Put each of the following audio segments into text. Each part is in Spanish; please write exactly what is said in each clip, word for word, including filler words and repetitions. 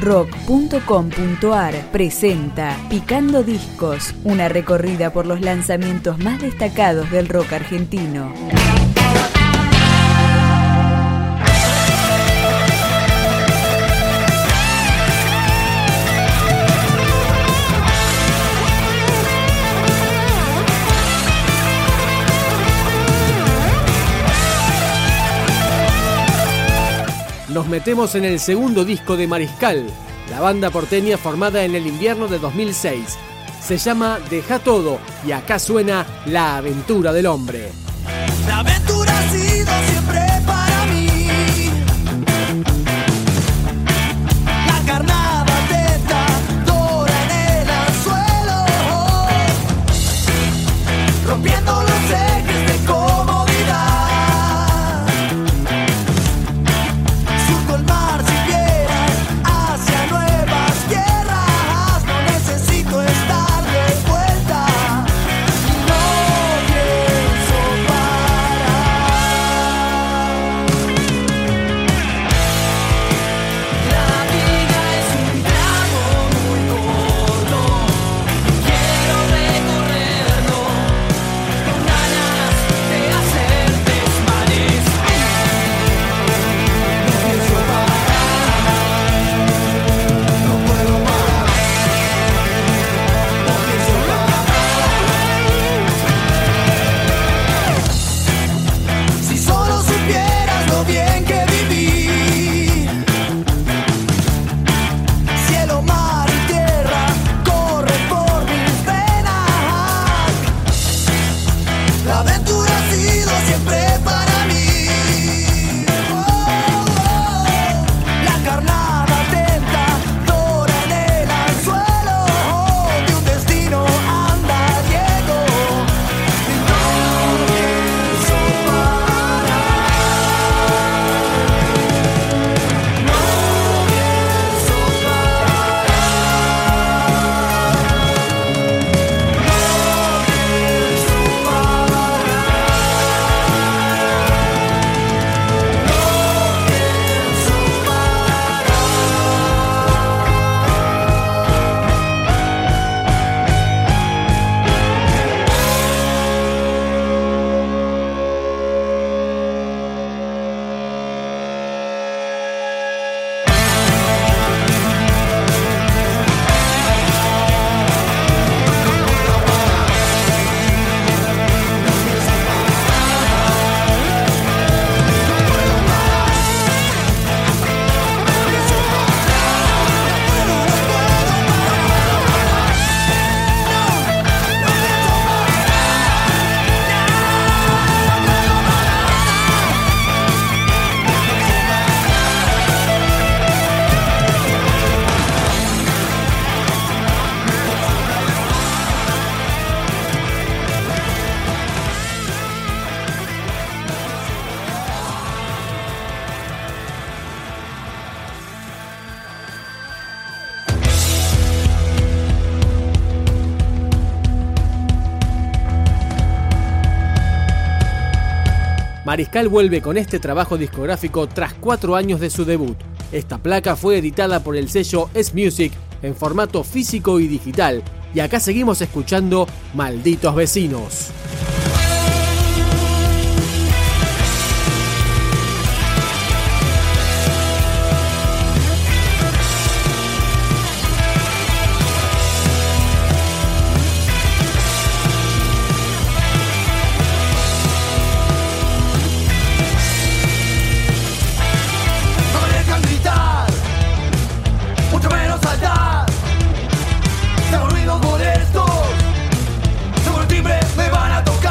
rock punto com punto ar presenta Picando Discos, una recorrida por los lanzamientos más destacados del rock argentino. Nos metemos en el segundo disco de Mariscal, la banda porteña formada en el invierno de dos mil seis. Se llama Deja Todo y acá suena La Aventura del Hombre. La aventura ha sido siempre para mí la carnada tentadora en el anzuelo, rompiendo los ejes de comodidad. Mariscal vuelve con este trabajo discográfico tras cuatro años de su debut. Esta placa fue editada por el sello S-Music en formato físico y digital. Y acá seguimos escuchando Malditos Vecinos. Tengo ruidos molestos, seguro el timbre me van a tocar.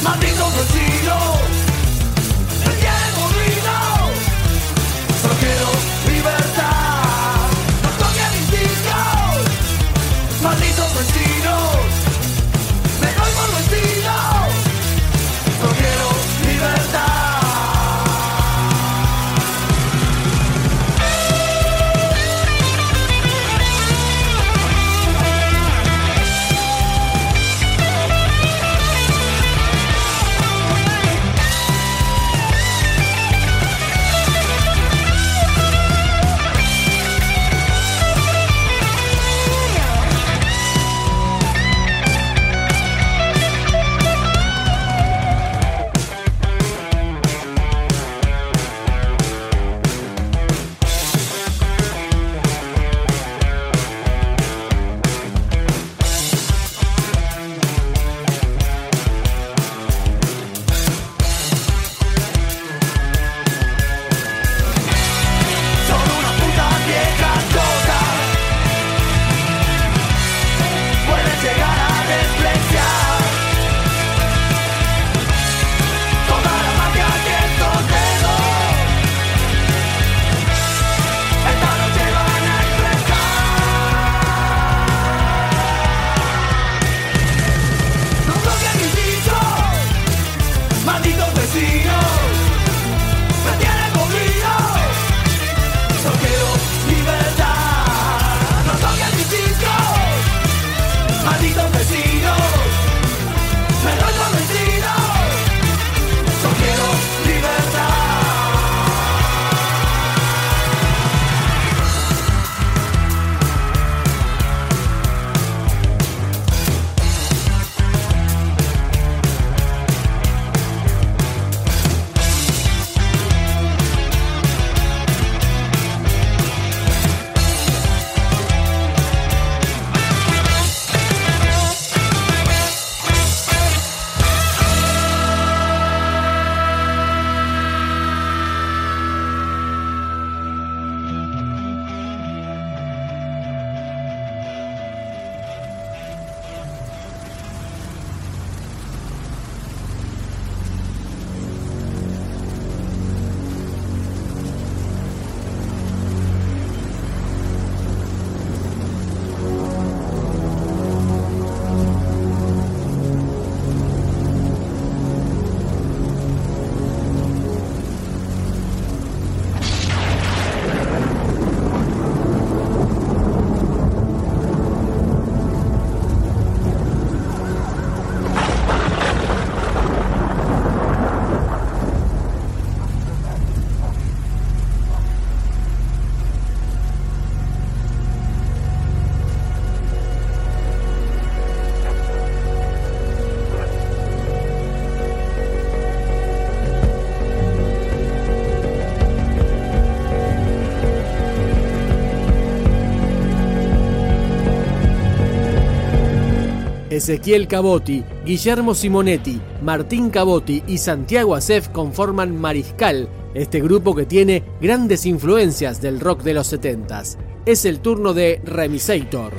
Malditos vecinos, me tienen corrido. Solo quiero libertad. No toquen mis discos. Malditos vecinos, me doy por vencido. Solo quiero libertad. Ezequiel Cabotti, Guillermo Simonetti, Martín Cabotti y Santiago Acef conforman Mariscal, este grupo que tiene grandes influencias del rock de los setentas. Es el turno de Remisator.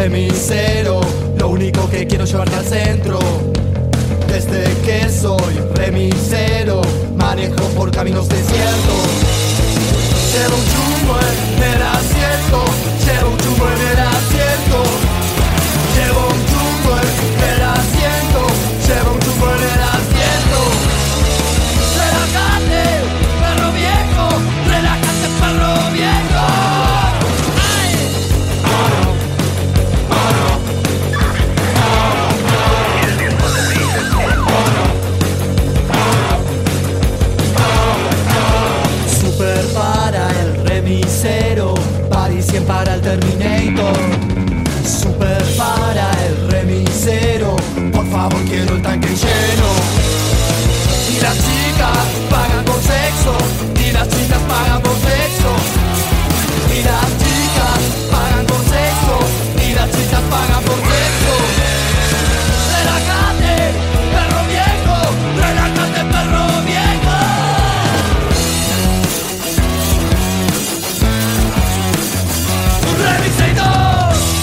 remisero, lo único que quiero es llevarte al centro. Desde que soy remisero, manejo por caminos desiertos. Llevo un chumbo en el asiento, llevo un chumbo en el asiento. Llevo un chumbo en el asiento, llevo un chumbo en el asiento. Relájate, perro viejo, relájate, perro viejo. ¡Ay! Moro, moro, moro. Y el tiempo te dice moro, moro, moro. Super para el remisero, Party cien para el Terminator. Super para el remisero, por favor quiero el tanque lleno. Y las chicas pagan por sexo, y las chicas pagan por sexo. Y las chicas pagan por sexo, y las chicas pagan por sexo. Relájate, perro viejo, relájate, perro viejo. Remisero.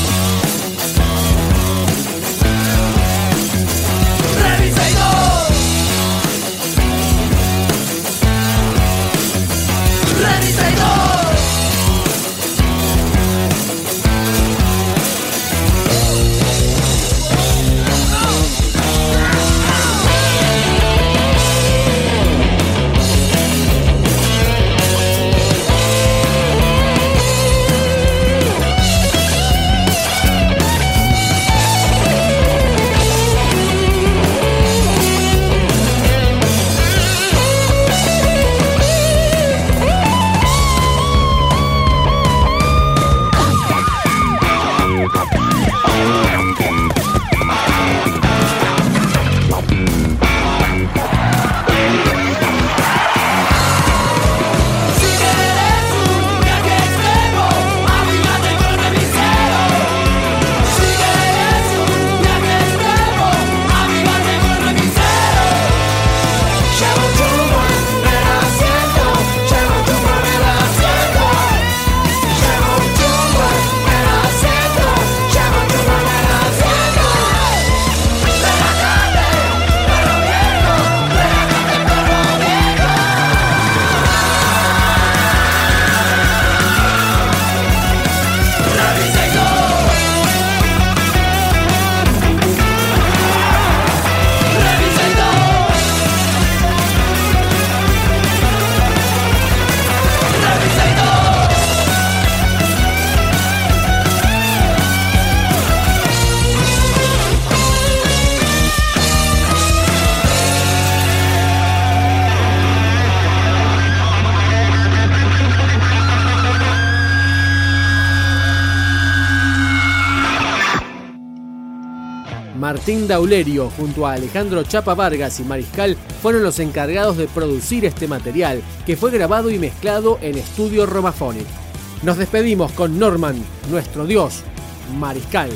Martín Daulerio, junto a Alejandro Chapa Vargas y Mariscal, fueron los encargados de producir este material, que fue grabado y mezclado en Estudio Romaphonic. Nos despedimos con Norman, nuestro dios, Mariscal.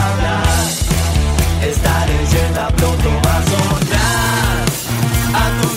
Esta leyenda pronto va a sonar a tu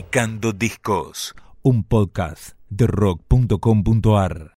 Picando Discos, un podcast de rock punto com punto ar.